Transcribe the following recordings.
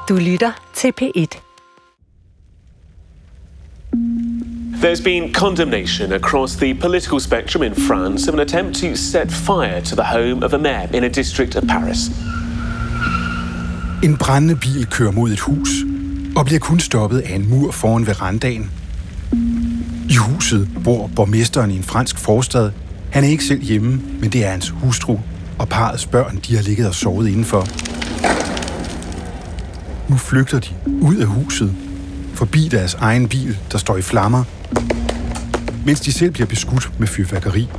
Du lytter til P1. There's been condemnation across the political spectrum in France of an attempt to set fire to the home of a mayor in a district of Paris. En brændende bil kører mod et hus og bliver kun stoppet af en mur foran verandaen. I huset bor borgmesteren i en fransk forstad. Han er ikke selv hjemme, men det er hans hustru, og parrets børn, de har ligget og sovet indenfor. Nu flygter de ud af huset, forbi deres egen bil, der står i flammer, mens de selv bliver beskudt med fyrværkeri.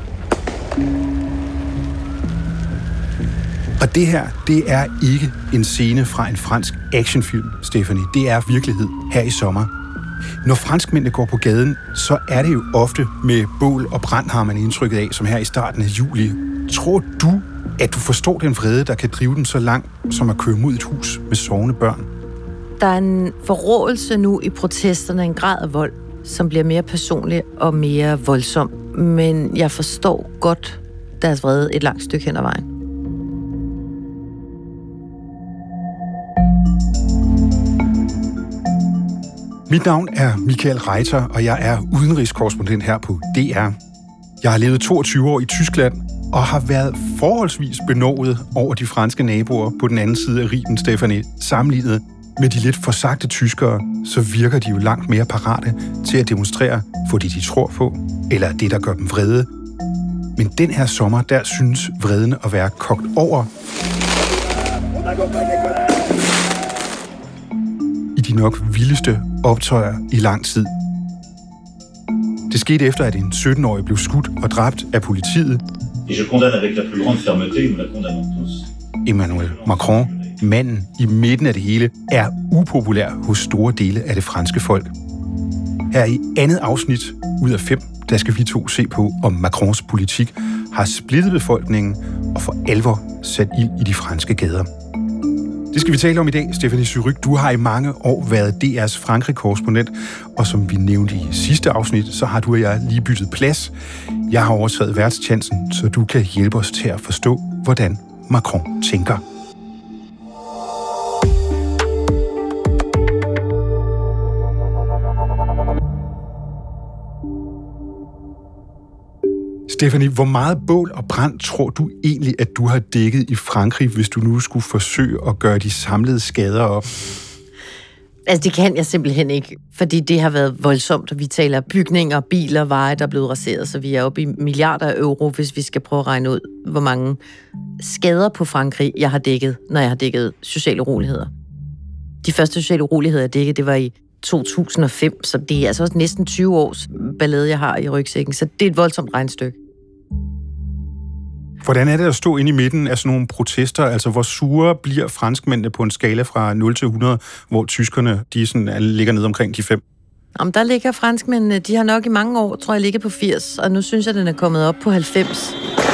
Og det her, det er ikke en scene fra en fransk actionfilm, Stephanie. Det er virkelighed her i sommer. Når franskmændene går på gaden, så er det jo ofte med bål og brand, har man indtrykket af, som her i starten af juli. Tror du, at du forstår den vrede, der kan drive dem så langt, som at køre mod et hus med sovende børn? Der er en forrådelse nu i protesterne, en grad af vold, som bliver mere personlig og mere voldsom. Men jeg forstår godt deres vrede et langt stykke hen ad vejen. Mit navn er Michael Reiter, og jeg er udenrigskorrespondent her på DR. Jeg har levet 22 år i Tyskland og har været forholdsvis benovet over de franske naboer på den anden side af Rhinen, Stephanie. Sammenlignet med de lidt forsagte tyskere, så virker de jo langt mere parate til at demonstrere for det, de tror på, eller det, der gør dem vrede. Men den her sommer, der synes vreden at være kogt over i de nok vildeste optøjer i lang tid. Det skete efter, at en 17-årig blev skudt og dræbt af politiet. Emmanuel Macron, manden i midten af det hele, er upopulær hos store dele af det franske folk. Her i andet afsnit ud af 5, der skal vi to se på, om Macrons politik har splittet befolkningen og for alvor sat ild i de franske gader. Det skal vi tale om i dag, Stephanie Surrugue. Du har i mange år været DR's Frankrig-korrespondent, og som vi nævnte i sidste afsnit, så har du og jeg lige byttet plads. Jeg har overtaget værtschancen, så du kan hjælpe os til at forstå, hvordan Macron tænker. Stephanie, hvor meget bål og brand tror du egentlig, at du har dækket i Frankrig, hvis du nu skulle forsøge at gøre de samlede skader op? Altså, det kan jeg simpelthen ikke, fordi det har været voldsomt, og vi taler bygninger, biler, veje, der er blevet raseret, så vi er oppe i milliarder af euro, hvis vi skal prøve at regne ud, hvor mange skader på Frankrig, jeg har dækket, når jeg har dækket sociale uroligheder. De første sociale uroligheder, jeg dækkede, det var i 2005, så det er altså også næsten 20 års ballade, jeg har i rygsækken, så det er et voldsomt regnestykke. Hvordan er det at stå inde i midten af sådan nogle protester? Altså, hvor sure bliver franskmændene på en skala fra 0 til 100, hvor tyskerne de sådan ligger nede omkring de 5? Om der ligger franskmændene, de har nok i mange år, tror jeg, ligget på 80, og nu synes jeg, den er kommet op på 90.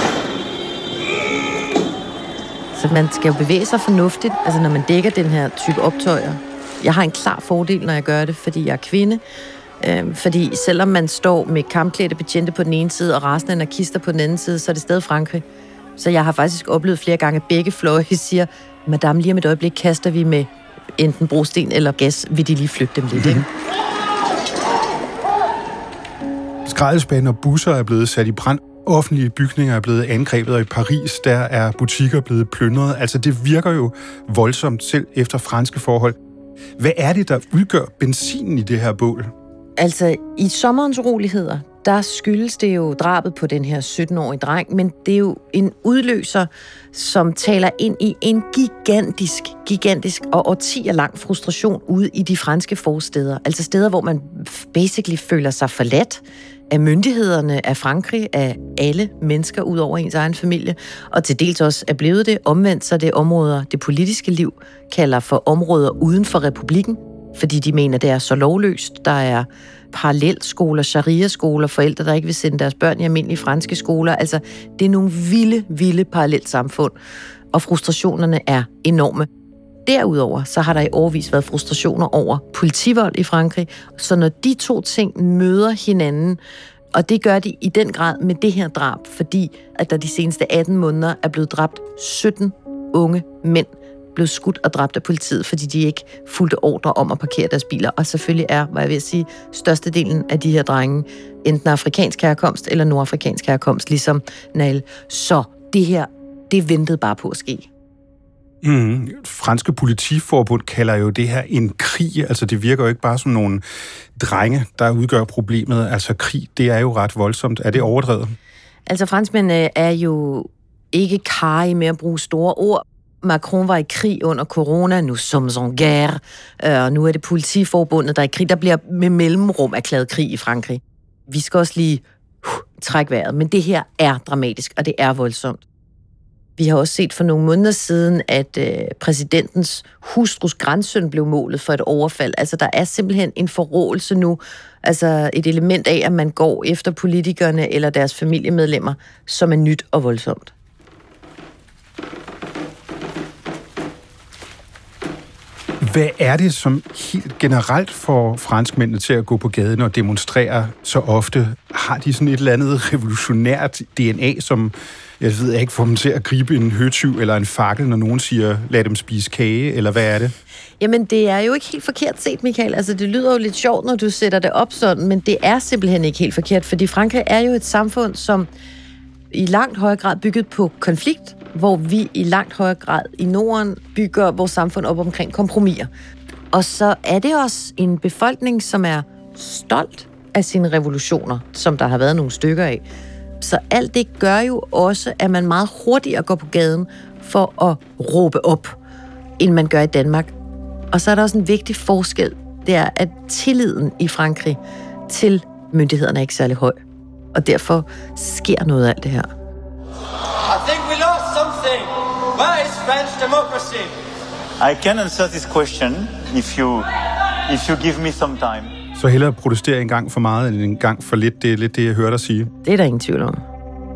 Så man skal jo bevæge sig fornuftigt, altså når man dækker den her type optøjer. Jeg har en klar fordel, når jeg gør det, fordi jeg er kvinde. Fordi selvom man står med kampklædte betjente på den ene side og rasende anarkister på den anden side, så er det stadig Frankrig. Så jeg har faktisk oplevet flere gange, at begge fløje siger, madame, lige om et øjeblik kaster vi med enten brosten eller gas, vil de lige flygte dem lidt, ikke? Skraldespande og busser er blevet sat i brand. Offentlige bygninger er blevet angrebet, og i Paris, der er butikker blevet plyndret. Altså, det virker jo voldsomt selv efter franske forhold. Hvad er det, der udgør benzinen i det her bål? Altså, i sommerens uroligheder, der skyldes det jo drabet på den her 17-årige dreng, men det er jo en udløser, som taler ind i en gigantisk og årtier lang frustration ude i de franske forstæder. Altså steder, hvor man basically føler sig forladt af myndighederne, af Frankrig, af alle mennesker ud over ens egen familie, og til dels også er blevet det. Omvendt så det områder, det politiske liv kalder for områder uden for republikken, fordi de mener, det er så lovløst. Der er parallelskoler, sharia-skoler, forældre, der ikke vil sende deres børn i almindelige franske skoler. Altså, det er nogle vilde parallelt samfund, og frustrationerne er enorme. Derudover så har der i årevis været frustrationer over politivold i Frankrig, så når de to ting møder hinanden, og det gør de i den grad med det her drab, fordi at der de seneste 18 måneder er blevet dræbt 17 unge mænd blev skudt og dræbt af politiet, fordi de ikke fulgte ordre om at parkere deres biler. Og selvfølgelig er, hvad jeg vil sige, størstedelen af de her drenge enten afrikansk herkomst eller nordafrikansk herkomst, ligesom Nael. Så det her, det ventede bare på at ske. Franske politiforbund kalder jo det her en krig. Altså det virker jo ikke bare som nogle drenge, der udgør problemet. Altså krig, det er jo ret voldsomt. Er det overdrevet? Altså franskmændene er jo ikke karrige med at bruge store ord. Macron var i krig under corona, nu sommes en guerre, og nu er det politiforbundet, der er i krig. Der bliver med mellemrum erklæret krig i Frankrig. Vi skal også lige trække vejret, men det her er dramatisk, og det er voldsomt. Vi har også set for nogle måneder siden, at præsidentens hustrus grandsøn blev målet for et overfald. Altså, der er simpelthen en forrådelse nu, altså et element af, at man går efter politikerne eller deres familiemedlemmer, som er nyt og voldsomt. Hvad er det, som helt generelt får franskmændene til at gå på gaden og demonstrere så ofte? Har de sådan et eller andet revolutionært DNA, som jeg ved ikke får dem til at gribe en høtyv eller en fakkel, når nogen siger, lad dem spise kage, eller hvad er det? Jamen, det er jo ikke helt forkert set, Michael. Altså, det lyder jo lidt sjovt, når du sætter det op sådan, men det er simpelthen ikke helt forkert, fordi Frankrig er jo et samfund, som i langt højere grad bygget på konflikt, hvor vi i langt højere grad i Norden bygger vores samfund op omkring kompromiser. Og så er det også en befolkning, som er stolt af sine revolutioner, som der har været nogle stykker af. Så alt det gør jo også, at man meget hurtigere går på gaden for at råbe op, end man gør i Danmark. Og så er der også en vigtig forskel, det er, at tilliden i Frankrig til myndighederne er ikke særlig høj. Og derfor sker noget af alt det her. I think we lost something. Where is French democracy? I can answer this question if you give me some time. Så hellere protestere en gang for meget end en gang for lidt. Det er lidt det, jeg hørte dig sige. Det er der ingen tvivl om.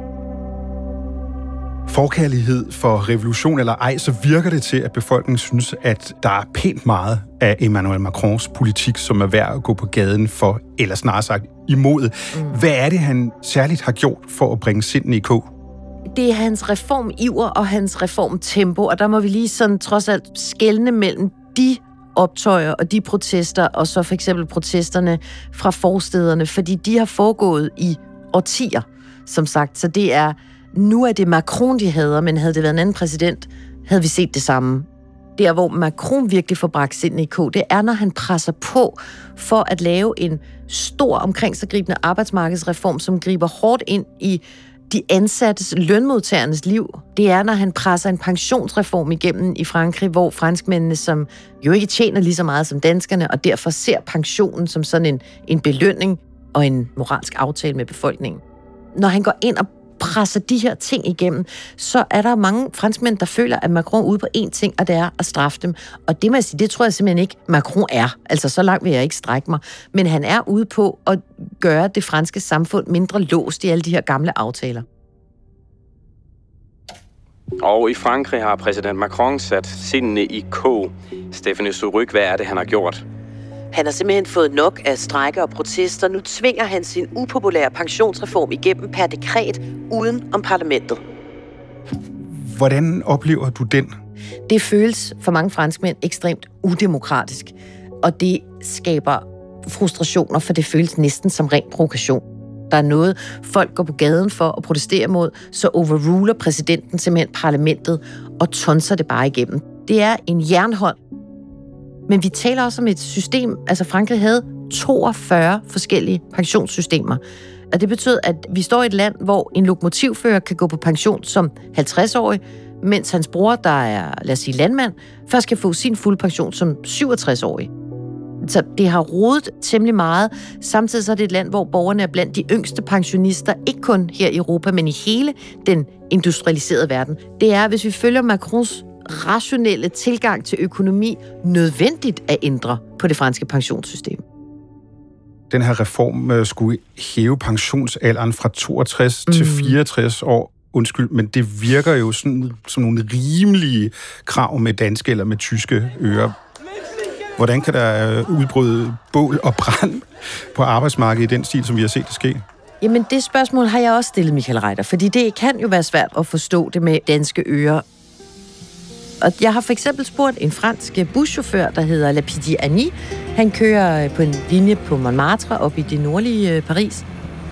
Forkærlighed for revolution eller ej, så virker det til, at befolkningen synes, at der er pænt meget af Emmanuel Macrons politik, som er værd at gå på gaden for, eller snarere sagt imod. Hvad er det, han særligt har gjort for at bringe sindene i kog? Det er hans reformiver og hans reformtempo, og der må vi lige sådan trods alt skelne mellem de optøjer og de protester, og så for eksempel protesterne fra forstederne, fordi de har foregået i årtier, som sagt. Så det er, nu er det Macron, de hader, men havde det været en anden præsident, havde vi set det samme. Der, hvor Macron virkelig får bragt sindene i kog, det er, når han presser på for at lave en stor omkringsiggribende arbejdsmarkedsreform, som griber hårdt ind i de ansattes, lønmodtagernes liv. Det er, når han presser en pensionsreform igennem i Frankrig, hvor franskmændene, som jo ikke tjener lige så meget som danskerne, og derfor ser pensionen som sådan en belønning og en moralsk aftale med befolkningen. Når han går ind og presser de her ting igennem, så er der mange franskmænd, der føler, at Macron er ude på én ting, og det er at straffe dem. Og det må jeg sige, det tror jeg simpelthen ikke, Macron er. Altså, så langt vil jeg ikke strække mig. Men han er ude på at gøre det franske samfund mindre låst i alle de her gamle aftaler. Og i Frankrig har præsident Macron sat sindene i kog. Stephanie Surrugue, hvad er det, han har gjort? Han har simpelthen fået nok af strejker og protester. Nu tvinger han sin upopulære pensionsreform igennem per dekret uden om parlamentet. Hvordan oplever du den? Det føles for mange franskmænd ekstremt udemokratisk, og det skaber frustrationer, for det føles næsten som ren provokation. Der er noget, folk går på gaden for at protestere mod, så overruler præsidenten simpelthen parlamentet og tonser det bare igennem. Det er en jernhånd. Men vi taler også om et system, altså Frankrig havde 42 forskellige pensionssystemer. Og det betød, at vi står i et land, hvor en lokomotivfører kan gå på pension som 50-årig, mens hans bror, der er, lad os sige, landmand, først kan få sin fulde pension som 67-årig. Så det har rodet temmelig meget. Samtidig så er det et land, hvor borgerne er blandt de yngste pensionister, ikke kun her i Europa, men i hele den industrialiserede verden. Det er, hvis vi følger Macrons rationelle tilgang til økonomi, nødvendigt at ændre på det franske pensionssystem. Den her reform skulle hæve pensionsalderen fra 62 til 64 år. Undskyld, men det virker jo sådan, som nogle rimelige krav med danske eller med tyske ører. Hvordan kan der udbryde bål og brand på arbejdsmarkedet i den stil, som vi har set det ske? Jamen, det spørgsmål har jeg også stillet, Michael Reiter, fordi det kan jo være svært at forstå det med danske ører. Og jeg har for eksempel spurgt en fransk buschauffør, der hedder Lapidi Annie. Han kører på en linje på Montmartre op i det nordlige Paris.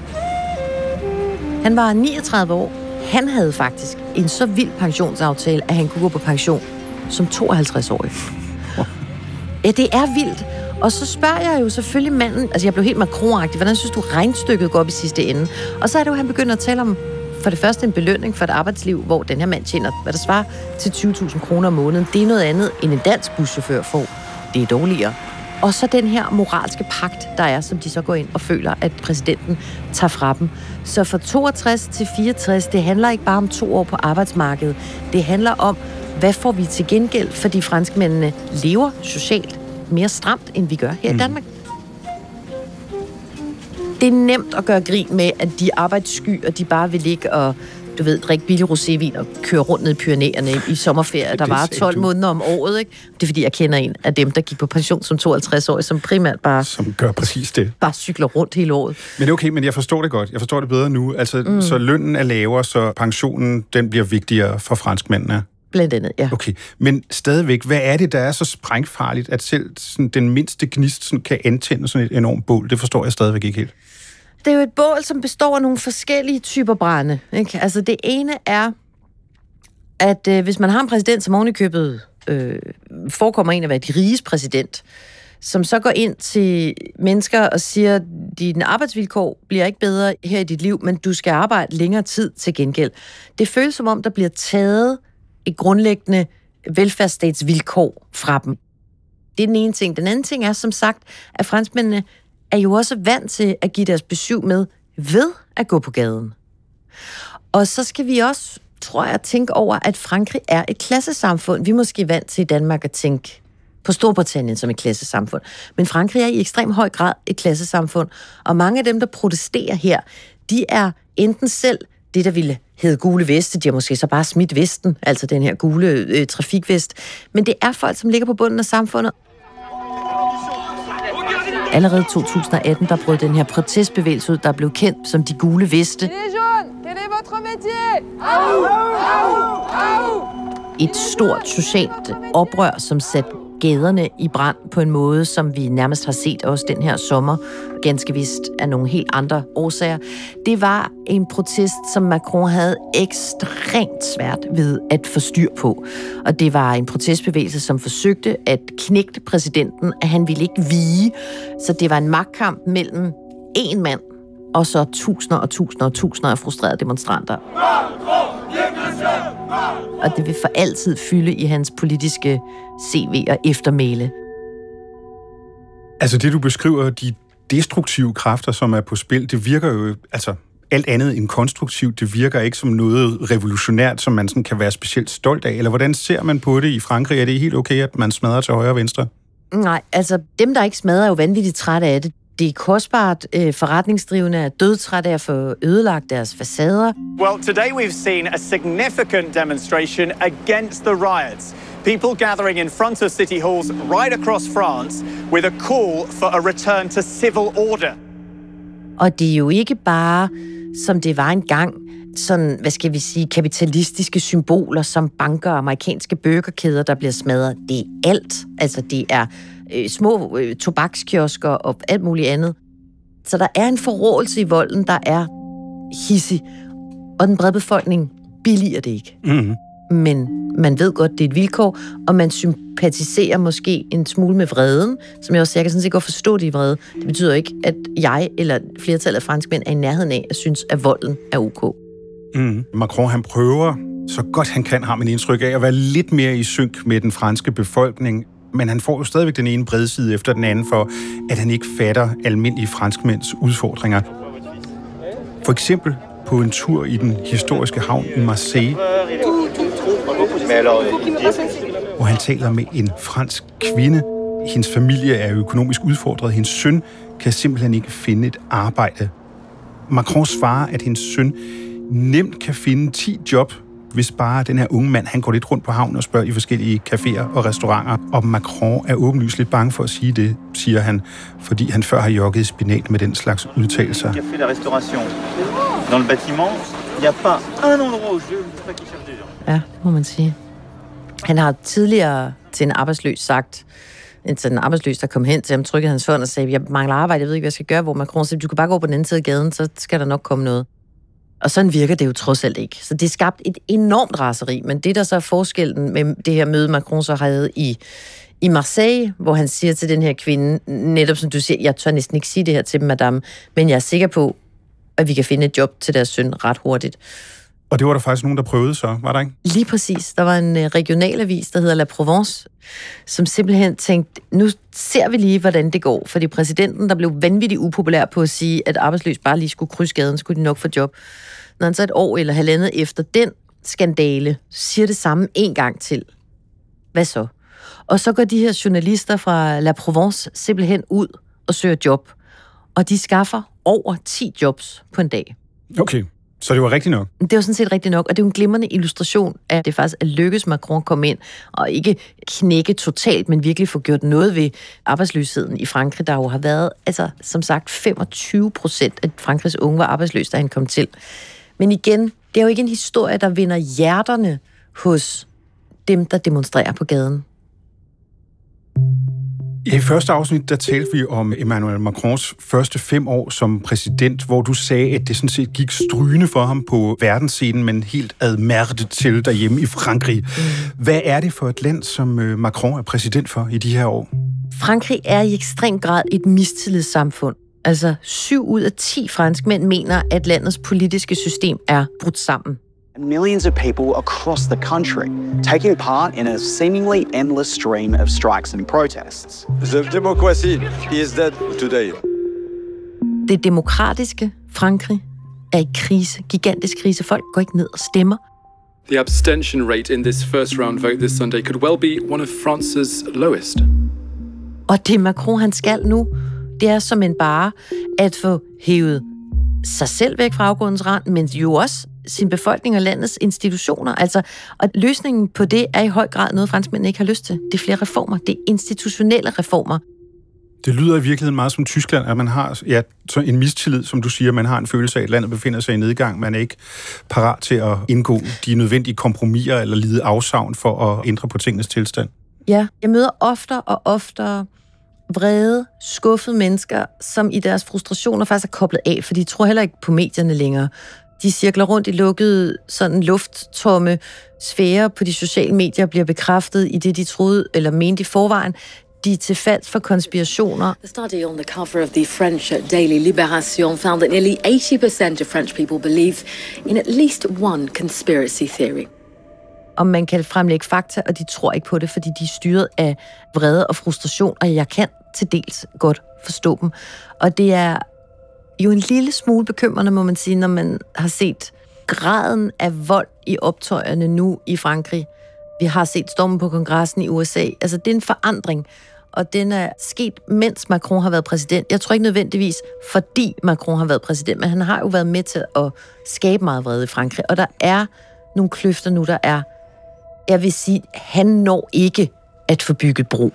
Han var 39 år. Han havde faktisk en så vild pensionsaftale, at han kunne gå på pension som 52-årig. Ja, det er vildt. Og så spørger jeg jo selvfølgelig manden, altså jeg blev helt Macron-agtig, hvordan synes du regnstykket går op i sidste ende? Og så er det jo, han begynder at tale om, for det første en belønning for et arbejdsliv, hvor den her mand tjener, hvad der svarer til 20.000 kroner om måneden. Det er noget andet, end en dansk buschauffør får. Det er dårligere. Og så den her moralske pagt, der er, som de så går ind og føler, at præsidenten tager fra dem. Så fra 62 til 64, det handler ikke bare om 2 år på arbejdsmarkedet. Det handler om, hvad får vi til gengæld, fordi franskmændene lever socialt mere stramt, end vi gør her i Danmark. Det er nemt at gøre grin med, at de er arbejdssky, og de bare vil ligge og, du ved, drikke billig rosévin og køre rundt ned i Pyrenæerne i sommerferie, der var 12 måneder om året, ikke? Det er fordi, jeg kender en af dem, der gik på pension som 52-årig, som primært bare... Som gør præcis det. Bare cykler rundt hele året. Men okay, men jeg forstår det godt. Jeg forstår det bedre nu. Altså, så lønnen er lavere, så pensionen, den bliver vigtigere for franskmændene. Blandt andet, ja. Okay, men stadigvæk, hvad er det, der er så sprængfarligt, at selv sådan, den mindste gnist sådan, kan antænde sådan et enormt bål? Det forstår jeg stadigvæk ikke helt. Det er jo et bål, som består af nogle forskellige typer brænde. Ikke? Altså det ene er, at hvis man har en præsident, som ovenikøbet forekommer en at være de riges præsident, som så går ind til mennesker og siger, dine arbejdsvilkår bliver ikke bedre her i dit liv, men du skal arbejde længere tid til gengæld. Det føles som om, der bliver taget et grundlæggende velfærdsstatsvilkår fra dem. Det er den ene ting. Den anden ting er, som sagt, at franskmændene er jo også vant til at give deres besyv med ved at gå på gaden. Og så skal vi også, tror jeg, tænke over, at Frankrig er et klassesamfund. Vi er måske vant til i Danmark at tænke på Storbritannien som et klassesamfund. Men Frankrig er i ekstrem høj grad et klassesamfund. Og mange af dem, der protesterer her, de er enten selv det, der ville hedde gule veste. De har måske så bare smidt vesten, altså den her gule trafikvest. Men det er folk, som ligger på bunden af samfundet. Allerede i 2018, der brød den her protestbevægelse ud, der blev kendt som de gule veste. Et stort socialt oprør, som satte gaderne i brand på en måde, som vi nærmest har set også den her sommer, ganske vist af nogle helt andre årsager. Det var en protest, som Macron havde ekstremt svært ved at få styr på. Og det var en protestbevægelse, som forsøgte at knægte præsidenten, at han ville ikke vige. Så det var en magtkamp mellem én mand og så tusinder af frustrerede demonstranter. Og det vil for altid fylde i hans politiske CV og eftermæle. Altså det, du beskriver, de destruktive kræfter, som er på spil, det virker jo altså alt andet end konstruktivt. Det virker ikke som noget revolutionært, som man sådan kan være specielt stolt af. Eller hvordan ser man på det i Frankrig? Er det helt okay, at man smadrer til højre og venstre? Nej, altså dem, der ikke smadrer, er jo vanvittigt trætte af det. Det er kostbart. Forretningsdrivende er dødtrætte af at få ødelagt deres facader. Well, today we've seen a significant demonstration against the riots. People gathering in front of city halls right across France with a call for a return to civil order. Og det er jo ikke bare, som det var engang, sådan, hvad skal vi sige, kapitalistiske symboler som banker og amerikanske burgerkæder, der bliver smadret. Det er alt. Altså, det er små tobakskiosker og alt muligt andet. Så der er en forrådelse i volden, der er hissig. Og den brede befolkning billiger det ikke. Mm-hmm. Men man ved godt, det er et vilkår, og man sympatiserer måske en smule med vreden, som jeg også siger, jeg kan sådan set godt forstå det i vrede. Det betyder ikke, at jeg eller flertallet af franskmænd er i nærheden af at synes, at volden er ok. Mm. Macron, han prøver så godt han kan, har man indtryk af, at være lidt mere i synk med den franske befolkning. Men han får jo stadigvæk den ene bredside efter den anden for, at han ikke fatter almindelige franskmænds udfordringer. For eksempel på en tur i den historiske havn i Marseille, hvor han taler med en fransk kvinde. Hendes familie er økonomisk udfordret. Hendes søn kan simpelthen ikke finde et arbejde. Macron svarer, at hendes søn nemt kan finde 10 job, hvis bare den her unge mand, han går lidt rundt på havnen og spørger i forskellige caféer og restauranter. Og Macron er åbenlyst lidt bange for at sige det, siger han, fordi han før har jogget i spinat med den slags udtalelser. Café la restauration. Dans le bâtiment, il n'y a pas un endroit où je ne sais pas qui cherche des gens. Ja, det må man sige. Han har tidligere til en arbejdsløs sagt, til en arbejdsløs, der kom hen til ham, trykkede hans hånd og sagde, jeg mangler arbejde, jeg ved ikke, hvad jeg skal gøre, hvor Macron sagde, du kan bare gå på den anden side af gaden, så skal der nok komme noget. Og sådan virker det jo trods alt ikke. Så det skabte et enormt raseri, men det der så er forskellen med det her møde, Macron så havde i Marseille, hvor han siger til den her kvinde, netop som du siger, jeg tør næsten ikke sige det her til dem, madame, men jeg er sikker på, at vi kan finde et job til deres søn ret hurtigt. Og det var der faktisk nogen, der prøvede så, var der ikke? Lige præcis. Der var en regionalavis, der hedder La Provence, som simpelthen tænkte, nu ser vi lige, hvordan det går. Fordi præsidenten, der blev vanvittigt upopulær på at sige, at arbejdsløs bare lige skulle krydse gaden, skulle de nok få job. Når han så et år eller halvandet efter den skandale, siger det samme en gang til. Hvad så? Og så går de her journalister fra La Provence simpelthen ud og søger job. Og de skaffer over 10 jobs på en dag. Okay. Så det var rigtigt nok? Det var sådan set rigtigt nok, og det er jo en glimrende illustration af, at det faktisk er lykkedes Macron at komme ind og ikke knække totalt, men virkelig få gjort noget ved arbejdsløsheden i Frankrig, der jo har været, altså som sagt, 25% af Frankrigs unge var arbejdsløse, da han kom til. Men igen, det er jo ikke en historie, der vinder hjerterne hos dem, der demonstrerer på gaden. I første afsnit, der talte vi om Emmanuel Macrons første 5 år som præsident, hvor du sagde, at det sådan set gik strygende for ham på verdensscenen, men helt admærket til derhjemme i Frankrig. Hvad er det for et land, som Macron er præsident for i de her år? Frankrig er i ekstrem grad et mistillidssamfund. Altså 7 ud af 10 franskmænd mener, at landets politiske system er brudt sammen. Millions of people across the country taking part in a seemingly endless stream of strikes and protests. The democracy is dead today. Det demokratiske Frankrig er i krise, gigantisk krise. Folk går ikke ned og stemmer. The abstention rate in this first round vote this Sunday could well be one of France's lowest. Og det Macron han skal nu, det er som en bare at få hævet sig selv væk fra afgrundens rand, men jo også sin befolkning og landets institutioner. Altså, og løsningen på det er i høj grad noget, franskmændene ikke har lyst til. Det er flere reformer. Det er institutionelle reformer. Det lyder i virkeligheden meget som Tyskland, at man har så en mistillid, som du siger. Man har en følelse af, at landet befinder sig i nedgang. Man er ikke parat til at indgå de nødvendige kompromiser eller lide afsavn for at ændre på tingenes tilstand. Ja, jeg møder oftere og oftere vrede, skuffede mennesker, som i deres frustrationer faktisk er koblet af, for de tror heller ikke på medierne længere. De cirkler rundt i lukkede, sådan lufttomme sfærer på de sociale medier, bliver bekræftet i det, de troede eller mente i forvejen. De er til falds for konspirationer. The study on the cover of the French daily Libération found that nearly 80% of French people believe in at least one conspiracy theory. Og man kan fremlægge fakta, og de tror ikke på det, fordi de er styret af vrede og frustration, og jeg kan til dels godt forstå dem. Og det er jo en lille smule bekymrende, må man sige, når man har set graden af vold i optøjerne nu i Frankrig. Vi har set stormen på kongressen i USA. Altså, det er en forandring, og den er sket, mens Macron har været præsident. Jeg tror ikke nødvendigvis, fordi Macron har været præsident, men han har jo været med til at skabe meget vrede i Frankrig. Og der er nogle kløfter nu, der er, jeg vil sige, han når ikke at få bygget bro.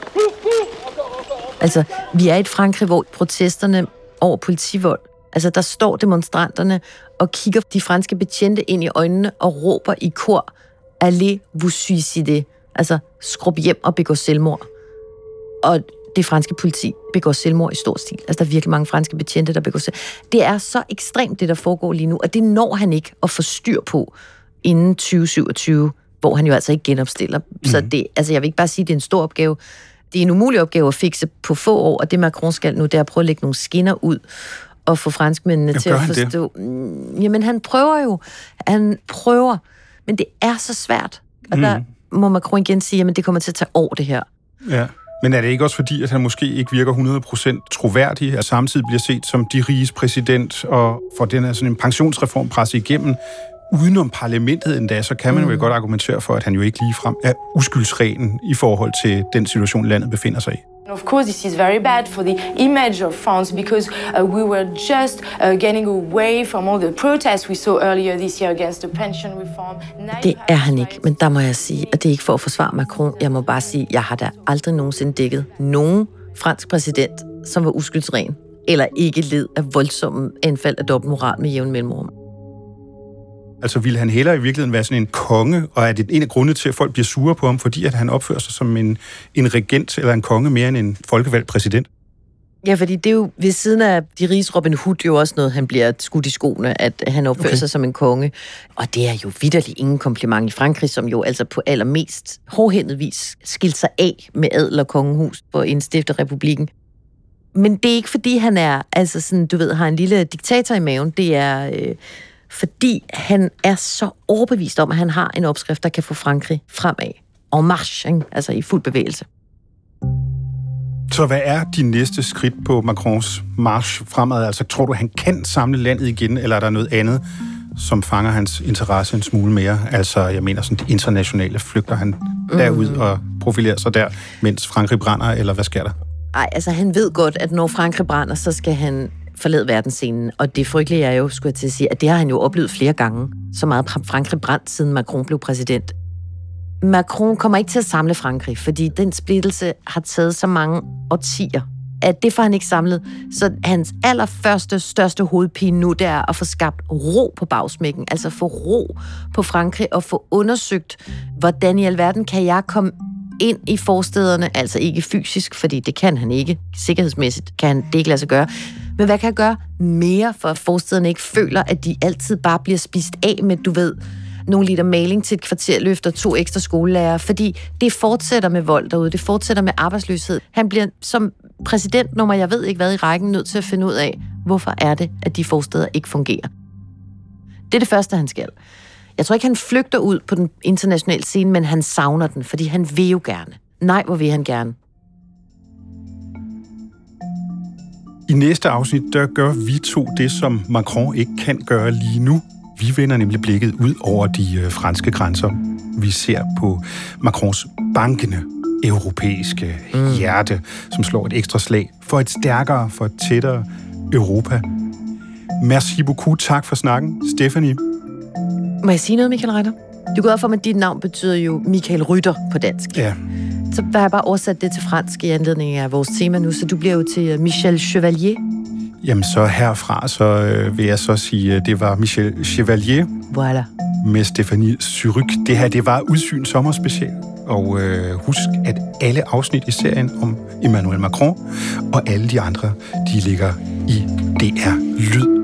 Altså, vi er i et Frankrig, hvor protesterne over politivold, altså der står demonstranterne og kigger de franske betjente ind i øjnene og råber i kor, allez vous suicider, altså skrub hjem og begå selvmord. Og det franske politi begår selvmord i stor stil. Altså der er virkelig mange franske betjente, der begår selvmord. Det er så ekstremt, det der foregår lige nu, og det når han ikke at få styr på inden 2027, hvor han jo altså ikke genopstiller. Så det, altså jeg vil ikke bare sige, at det er en stor opgave. Det er en umulig opgave at fikse på få år, og det Macron skal nu, det er at prøve at lægge nogle skinner ud og få franskmændene til at forstå. Jamen han prøver, men det er så svært. Og der må Macron igen sige, jamen det kommer til at tage år, det her. Ja. Men er det ikke også fordi, at han måske ikke virker 100% troværdig, og samtidig bliver set som de riges præsident, og får den her sådan en pensionsreform presset igennem, udenom parlamentet endda, så kan man jo godt argumentere for, at han jo ikke ligefrem er uskyldsren i forhold til den situation, landet befinder sig i. Of course, this is very bad for the image of France because we were just getting away from all the protests we saw earlier this year against the pension reform. Det er han ikke, men der må jeg sige, og det er ikke for at forsvare Macron, jeg må bare sige, jeg har da aldrig nogensinde dækket nogen fransk præsident, som var uskyldsren, eller ikke led af voldsomme anfald af dobbeltmoral med jævn mellemrum. Altså ville han hellere i virkeligheden være sådan en konge, og er det en af grundene til, at folk bliver sure på ham, fordi at han opfører sig som en regent eller en konge mere end en folkevalgt præsident? Ja, fordi det er jo ved siden af de riges Robin Hood jo også noget, han bliver skudt i skoene, at han opfører sig som en konge. Og det er jo vitterligt ingen kompliment i Frankrig, som jo altså på allermest hårdhændet vis skilte sig af med adel og kongehus for at indstifte republikken. Men det er ikke fordi han er, altså sådan, du ved, har en lille diktator i maven. Det er fordi han er så overbevist om, at han har en opskrift, der kan få Frankrig fremad. En marche, ikke? Altså i fuld bevægelse. Så hvad er de næste skridt på Macrons march fremad? Altså, tror du, han kan samle landet igen, eller er der noget andet, som fanger hans interesse en smule mere? Altså, jeg mener sådan, de internationale flygter han derud og profilerer sig der, mens Frankrig brænder, eller hvad sker der? Ej, altså han ved godt, at når Frankrig brænder, så skal han forlade verdensscenen. Og det frygtelige er jo, skulle jeg til at sige, at det har han jo oplevet flere gange. Så meget Frankrig brændt, siden Macron blev præsident. Macron kommer ikke til at samle Frankrig, fordi den splittelse har taget så mange årtier, at det får han ikke samlet. Så hans allerførste, største hovedpine nu, det er at få skabt ro på bagsmækken. Altså få ro på Frankrig og få undersøgt, hvordan i alverden kan jeg komme ind i forstæderne, altså ikke fysisk, fordi det kan han ikke. Sikkerhedsmæssigt kan han det ikke lade sig gøre. Men hvad kan jeg gøre mere, for at forstæderne ikke føler, at de altid bare bliver spist af med, du ved, nogle liter maling til et kvarterløft og 2 ekstra skolelærere, fordi det fortsætter med vold derude, det fortsætter med arbejdsløshed. Han bliver som præsidentnummer, jeg ved ikke hvad i rækken, nødt til at finde ud af, hvorfor er det, at de forstæder ikke fungerer. Det er det første, han skal. Jeg tror ikke, han flygter ud på den internationale scene, men han savner den, fordi han vil jo gerne. Nej, hvor vil han gerne. I næste afsnit, der gør vi to det, som Macron ikke kan gøre lige nu. Vi vender nemlig blikket ud over de franske grænser. Vi ser på Macrons bankende europæiske hjerte, som slår et ekstra slag for et stærkere, for et tættere Europa. Merci beaucoup. Tak for snakken, Stephanie. Må jeg sige noget, Michael Reiter? Du går op for mig, at dit navn betyder jo Michael Rytter på dansk. Ja. Så har jeg bare oversat det til fransk i anledning af vores tema nu, så du bliver jo til Michel Chevalier. Jamen så herfra, så vil jeg så sige, at det var Michel Chevalier. Voilà. Med Stéphanie Surrugue. Det her, det var Udsyn sommerspecial. Og husk, at alle afsnit i serien om Emmanuel Macron og alle de andre, de ligger i DR Lyd.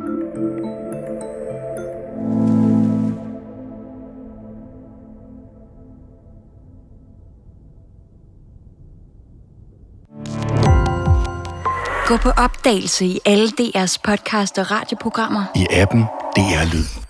Gå på opdagelse i alle DR's podcast og radioprogrammer. I appen DR Lyd.